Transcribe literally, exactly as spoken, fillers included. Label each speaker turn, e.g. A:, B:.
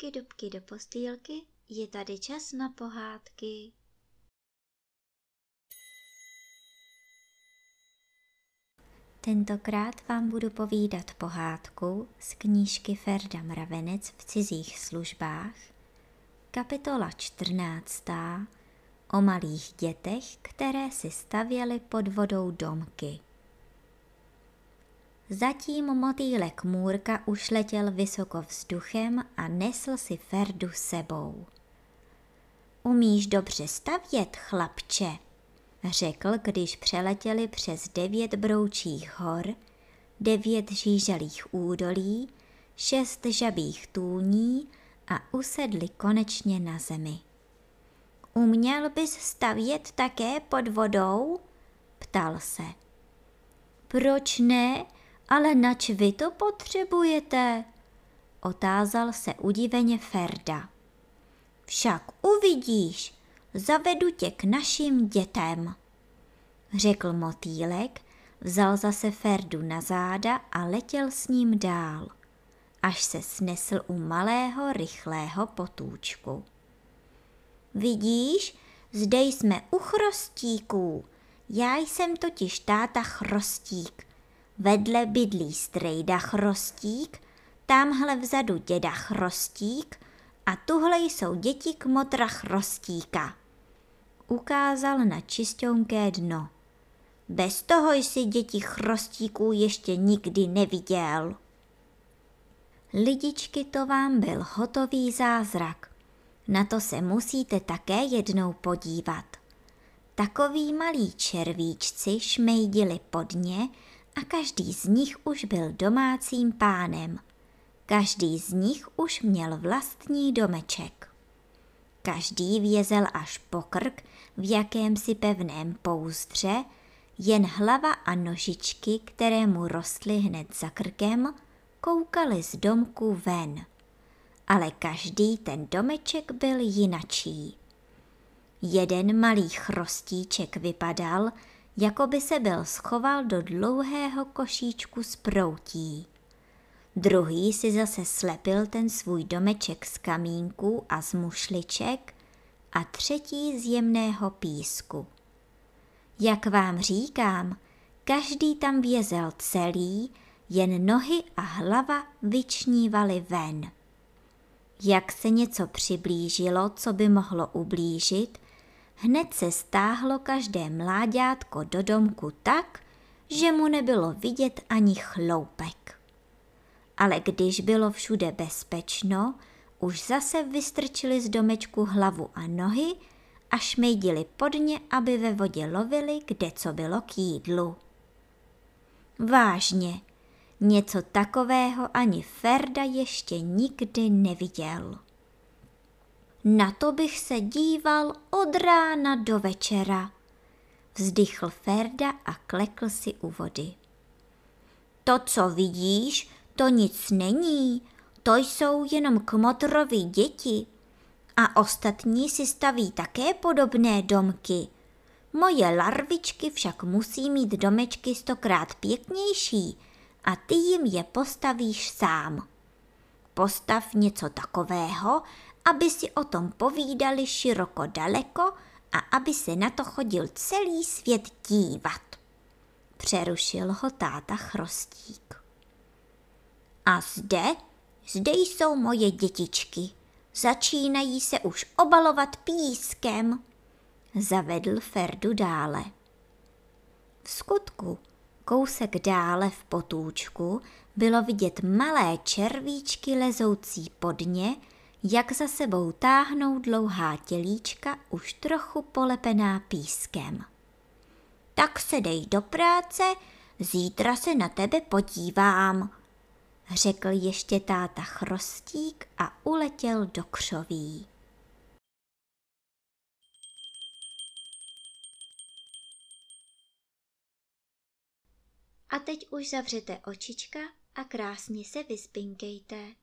A: dubky, dubky do postýlky, je tady čas na pohádky. Tentokrát vám budu povídat pohádku z knížky Ferda Mravenec v cizích službách, kapitola čtrnáctá o malých dětech, které si stavěly pod vodou domky. Zatím motýlek Můrka už letěl vysoko vzduchem a nesl si Ferdu sebou. Umíš dobře stavět, chlapče, řekl, když přeletěli přes devět broučích hor, devět žíželých údolí, šest žabých tůní a usedli konečně na zemi. Uměl bys stavět také pod vodou? Ptal se. Proč ne, ale nač vy to potřebujete? Otázal se udiveně Ferda. Však uvidíš, zavedu tě k našim dětem, řekl motýlek, vzal zase Ferdu na záda a letěl s ním dál, až se snesl u malého rychlého potůčku. Vidíš, zde jsme u chrostíků, já jsem totiž táta Chrostík, vedle bydlí strejda Chrostík, tamhle vzadu děda Chrostík a tuhle jsou děti kmotra Chrostíka. Ukázal na čisťonké dno. Bez toho jsi děti Chrostíků ještě nikdy neviděl. Lidičky, to vám byl hotový zázrak. Na to se musíte také jednou podívat. Takoví malí červíčci šmejdili pod ně a každý z nich už byl domácím pánem. Každý z nich už měl vlastní domeček. Každý vězel až po krk v jakémsi pevném pouzdře, jen hlava a nožičky, které mu rostly hned za krkem, koukaly z domku ven. Ale každý ten domeček byl jinačí. Jeden malý chrostíček vypadal, jako by se byl schoval do dlouhého košíčku z proutí. Druhý si zase slepil ten svůj domeček z kamínků a z mušliček a třetí z jemného písku. Jak vám říkám, každý tam vězel celý, jen nohy a hlava vyčnívaly ven. Jak se něco přiblížilo, co by mohlo ublížit, hned se stáhlo každé mláďátko do domku tak, že mu nebylo vidět ani chloupek. Ale když bylo všude bezpečno, už zase vystrčili z domečku hlavu a nohy a šmejdili pod ně, aby ve vodě lovili, kde co bylo k jídlu. Vážně, něco takového ani Ferda ještě nikdy neviděl. Na to bych se díval od rána do večera, vzdychl Ferda a klekl si u vody. To, co vidíš, to nic není, to jsou jenom kmotrovi děti a ostatní si staví také podobné domky. Moje larvičky však musí mít domečky stokrát pěknější a ty jim je postavíš sám. Postav něco takového, aby si o tom povídali široko daleko a aby se na to chodil celý svět dívat. Přerušil ho táta Chrostík. A zde, zde jsou moje dětičky. Začínají se už obalovat pískem, zavedl Ferdu dále. V skutku, kousek dále v potůčku bylo vidět malé červíčky lezoucí pod ně, jak za sebou táhnou dlouhá tělíčka už trochu polepená pískem. Tak se dej do práce, zítra se na tebe podívám, řekl ještě táta Chrostík a uletěl do křoví. A teď už zavřete očička a krásně se vyspinkejte.